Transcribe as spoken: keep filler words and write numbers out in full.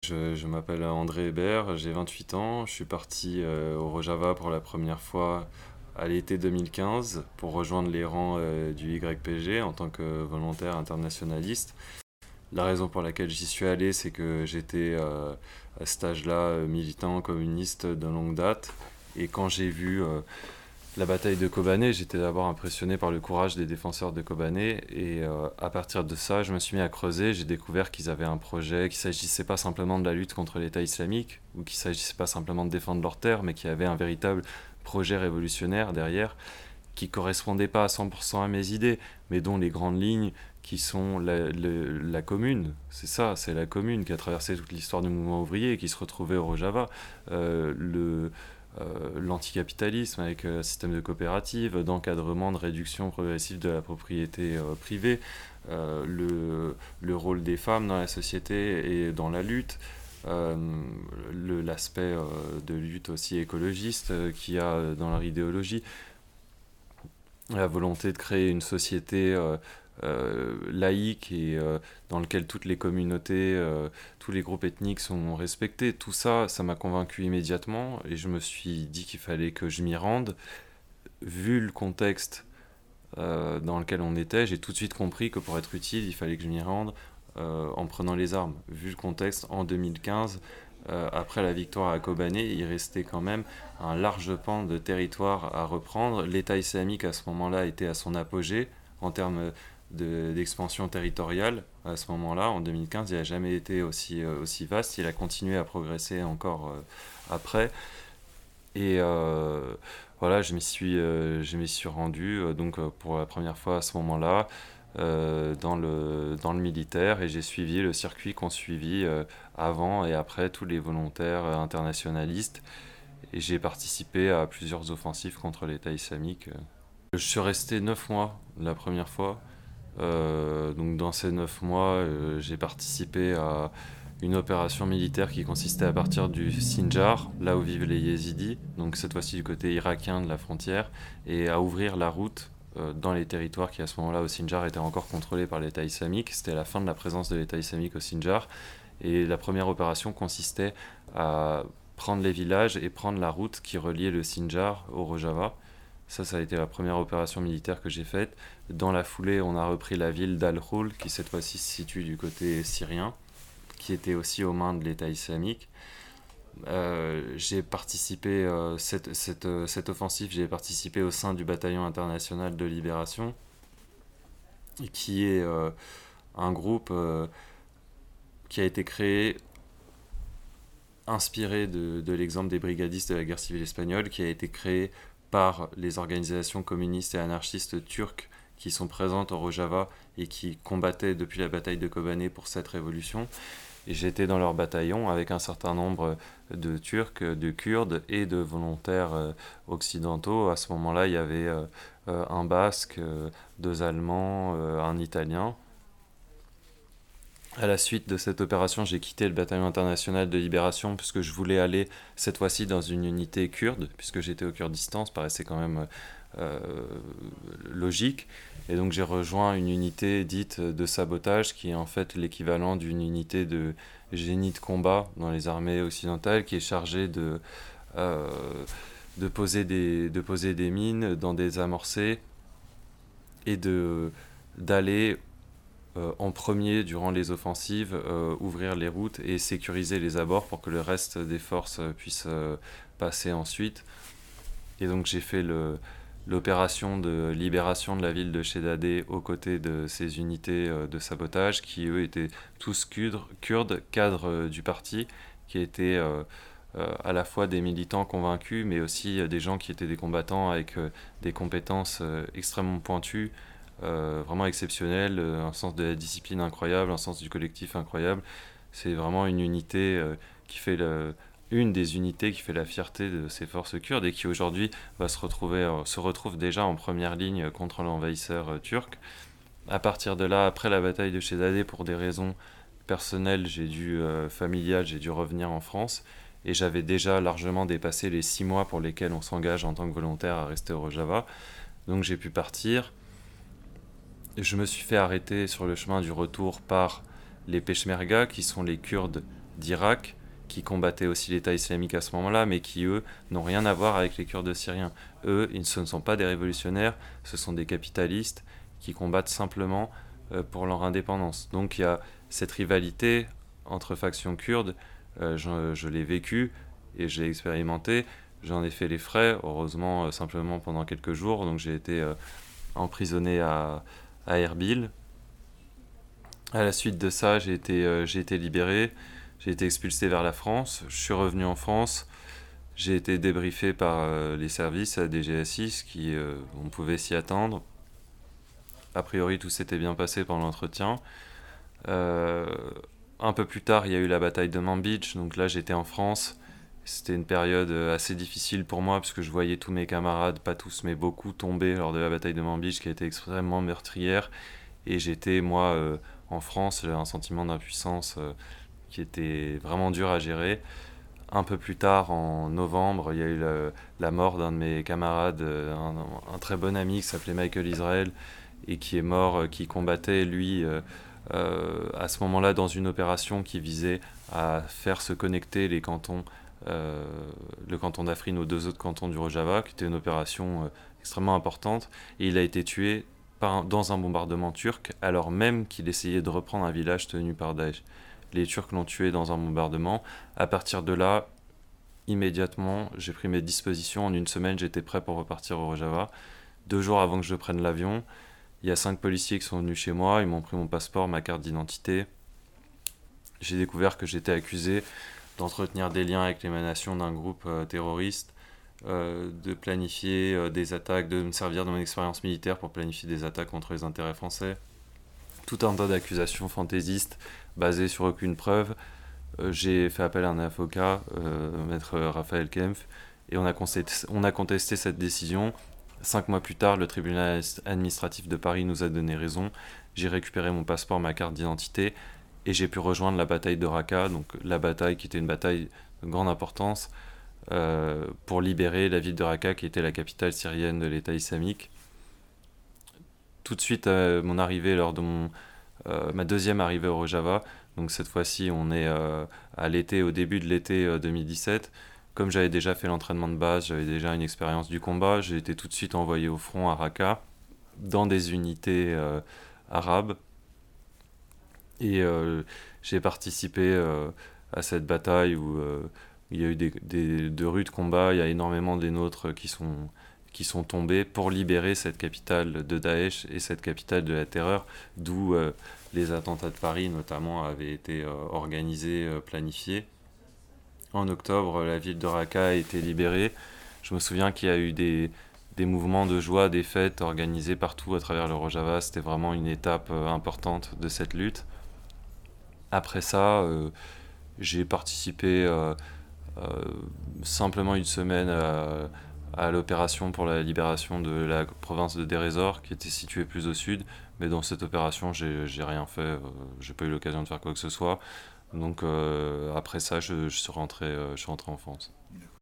Je, je m'appelle André Hébert, j'ai vingt-huit ans, je suis parti euh, au Rojava pour la première fois à l'été deux mille quinze pour rejoindre les rangs euh, du Y P G en tant que volontaire internationaliste. La raison pour laquelle j'y suis allé, c'est que j'étais euh, à cet âge-là euh, militant communiste de longue date. Et quand j'ai vu euh, la bataille de Kobané, j'étais d'abord impressionné par le courage des défenseurs de Kobané. Et euh, à partir de ça, je me suis mis à creuser. J'ai découvert qu'ils avaient un projet, qu'il ne s'agissait pas simplement de la lutte contre l'État islamique, ou qu'il ne s'agissait pas simplement de défendre leur terre, mais qu'il y avait un véritable projet révolutionnaire derrière, qui correspondait pas à cent pour cent à mes idées, mais dont les grandes lignes qui sont la, le- la commune, c'est ça, c'est la commune qui a traversé toute l'histoire du mouvement ouvrier et qui se retrouvait au Rojava, euh, le, euh, l'anticapitalisme avec euh, un système de coopérative, d'encadrement, de réduction progressive de la propriété euh, privée, euh, le, le rôle des femmes dans la société et dans la lutte, euh, le- l'aspect euh, de lutte aussi écologiste euh, qu'il y a euh, dans leur idéologie, la volonté de créer une société euh, euh, laïque et euh, dans laquelle toutes les communautés, euh, tous les groupes ethniques sont respectés. Tout ça, ça m'a convaincu immédiatement et je me suis dit qu'il fallait que je m'y rende. Vu le contexte euh, dans lequel on était, j'ai tout de suite compris que pour être utile, il fallait que je m'y rende euh, en prenant les armes. Vu le contexte, en deux mille quinze, euh, après la victoire à Kobané, il restait quand même un large pan de territoire à reprendre. L'État islamique à ce moment-là était à son apogée en termes de, d'expansion territoriale. À ce moment-là, en deux mille quinze, il n'a jamais été aussi, euh, aussi vaste. Il a continué à progresser encore euh, après. Et euh, voilà, je m'y suis, euh, je m'y suis rendu euh, donc euh, pour la première fois à ce moment-là euh, dans le, dans le militaire et j'ai suivi le circuit qu'ont suivi euh, avant et après tous les volontaires euh, internationalistes et j'ai participé à plusieurs offensives contre l'État islamique. Je suis resté neuf mois la première fois. Euh, donc dans ces neuf mois, euh, j'ai participé à une opération militaire qui consistait à partir du Sinjar, là où vivent les Yézidis, donc cette fois-ci du côté irakien de la frontière, et à ouvrir la route euh, dans les territoires qui à ce moment-là au Sinjar étaient encore contrôlés par l'État islamique. C'était la fin de la présence de l'État islamique au Sinjar. Et la première opération consistait à prendre les villages et prendre la route qui reliait le Sinjar au Rojava. Ça, ça a été la première opération militaire que j'ai faite. Dans la foulée, on a repris la ville d'Al-Houl, qui cette fois-ci se situe du côté syrien, qui était aussi aux mains de l'État islamique. Euh, j'ai participé, euh, cette, cette, euh, cette offensive, j'ai participé au sein du bataillon international de libération, qui est euh, un groupe euh, qui a été créé inspiré de, de l'exemple des brigadistes de la guerre civile espagnole, qui a été créé par les organisations communistes et anarchistes turques qui sont présentes au Rojava et qui combattaient depuis la bataille de Kobané pour cette révolution. Et j'étais dans leur bataillon avec un certain nombre de Turcs, de Kurdes et de volontaires euh, occidentaux. À ce moment-là, il y avait euh, euh, un Basque, euh, deux Allemands, euh, un Italien. À la suite de cette opération, j'ai quitté le bataillon international de libération puisque je voulais aller cette fois-ci dans une unité kurde, puisque j'étais au Kurdistan, ça paraissait quand même euh, logique. Et donc j'ai rejoint une unité dite de sabotage, qui est en fait l'équivalent d'une unité de génie de combat dans les armées occidentales, qui est chargée de, euh, de, poser des, de poser des mines dans des amorcés et de, d'aller euh, en premier durant les offensives, euh, ouvrir les routes et sécuriser les abords pour que le reste des forces euh, puissent euh, passer ensuite. Et donc j'ai fait le, l'opération de libération de la ville de Shedadeh aux côtés de ces unités euh, de sabotage qui eux étaient tous kurdes, kurdes cadres euh, du parti, qui étaient euh, euh, à la fois des militants convaincus mais aussi euh, des gens qui étaient des combattants avec euh, des compétences euh, extrêmement pointues, euh, vraiment exceptionnelles, euh, un sens de la discipline incroyable, un sens du collectif incroyable. C'est vraiment une unité euh, qui fait le, une des unités qui fait la fierté de ces forces kurdes et qui aujourd'hui va se retrouver, euh, se retrouve déjà en première ligne contre l'envahisseur euh, turc. À partir de là, après la bataille de Shedadeh, pour des raisons personnelles, j'ai dû euh, familiales, j'ai dû revenir en France et j'avais déjà largement dépassé les six mois pour lesquels on s'engage en tant que volontaire à rester au Rojava. Donc j'ai pu partir. Je me suis fait arrêter sur le chemin du retour par les Peshmerga, qui sont les Kurdes d'Irak, qui combattaient aussi l'État islamique à ce moment-là, mais qui, eux, n'ont rien à voir avec les Kurdes syriens. Eux, ils, ce ne sont pas des révolutionnaires, ce sont des capitalistes qui combattent simplement euh, pour leur indépendance. Donc il y a cette rivalité entre factions kurdes, euh, je, je l'ai vécu et j'ai expérimenté, j'en ai fait les frais, heureusement euh, simplement pendant quelques jours, donc j'ai été euh, emprisonné à, à Erbil. À la suite de ça, j'ai été, euh, j'ai été libéré, j'ai été expulsé vers la France, je suis revenu en France, j'ai été débriefé par euh, les services à D G S I, ce qui, euh, on pouvait s'y attendre. A priori, tout s'était bien passé pendant l'entretien. Euh, un peu plus tard, il y a eu la bataille de Manbij, donc là j'étais en France. C'était une période assez difficile pour moi parce que je voyais tous mes camarades, pas tous mais beaucoup, tomber lors de la bataille de Manbij qui a été extrêmement meurtrière. Et j'étais, moi, euh, en France, j'avais un sentiment d'impuissance euh, qui était vraiment dur à gérer. Un peu plus tard, en novembre, il y a eu le- la mort d'un de mes camarades, euh, un, un très bon ami qui s'appelait Michael Israel et qui est mort, euh, qui combattait, lui, euh, euh, à ce moment-là, dans une opération qui visait à faire se connecter les cantons, euh, le canton d'Afrine aux deux autres cantons du Rojava, qui était une opération euh, extrêmement importante. Et il a été tué par un- dans un bombardement turc, alors même qu'il essayait de reprendre un village tenu par Daesh. Les Turcs l'ont tué dans un bombardement. À partir de là, immédiatement, j'ai pris mes dispositions. En une semaine, j'étais prêt pour repartir au Rojava. Deux jours avant que je prenne l'avion, il y a cinq policiers qui sont venus chez moi. Ils m'ont pris mon passeport, ma carte d'identité. J'ai découvert que j'étais accusé d'entretenir des liens avec l'émanation d'un groupe euh, terroriste, euh, de planifier euh, des attaques, de me servir de mon expérience militaire pour planifier des attaques contre les intérêts français. Tout un tas d'accusations fantaisistes basées sur aucune preuve. Euh, j'ai fait appel à un avocat, euh, maître Raphaël Kempf, et on a, contesté, on a contesté cette décision. Cinq mois plus tard, le tribunal administratif de Paris nous a donné raison. J'ai récupéré mon passeport, ma carte d'identité, et j'ai pu rejoindre la bataille de Raqqa, donc la bataille qui était une bataille de grande importance euh, pour libérer la ville de Raqqa, qui était la capitale syrienne de l'État islamique. Tout de suite, euh, mon arrivée lors de mon, euh, ma deuxième arrivée au Rojava, donc cette fois-ci on est euh, à l'été, au début de l'été euh, deux mille dix-sept. Comme j'avais déjà fait l'entraînement de base, j'avais déjà une expérience du combat, j'ai été tout de suite envoyé au front à Raqqa, dans des unités euh, arabes. Et euh, j'ai participé euh, à cette bataille où euh, il y a eu des, des- de rudes combats, il y a énormément des nôtres qui sont, qui sont tombés pour libérer cette capitale de Daesh et cette capitale de la terreur, d'où euh, les attentats de Paris notamment avaient été euh, organisés, euh, planifiés. En octobre, la ville de Raqqa a été libérée. Je me souviens qu'il y a eu des, des mouvements de joie, des fêtes organisés partout à travers le Rojava. C'était vraiment une étape euh, importante de cette lutte. Après ça, euh, j'ai participé euh, euh, simplement une semaine à, à l'opération pour la libération de la province de Deir ez-Zor, qui était située plus au sud. Mais dans cette opération, j'ai j'ai rien fait. Euh, j'ai pas eu l'occasion de faire quoi que ce soit. Donc euh, après ça, je, je suis rentré, euh, je suis rentré en France.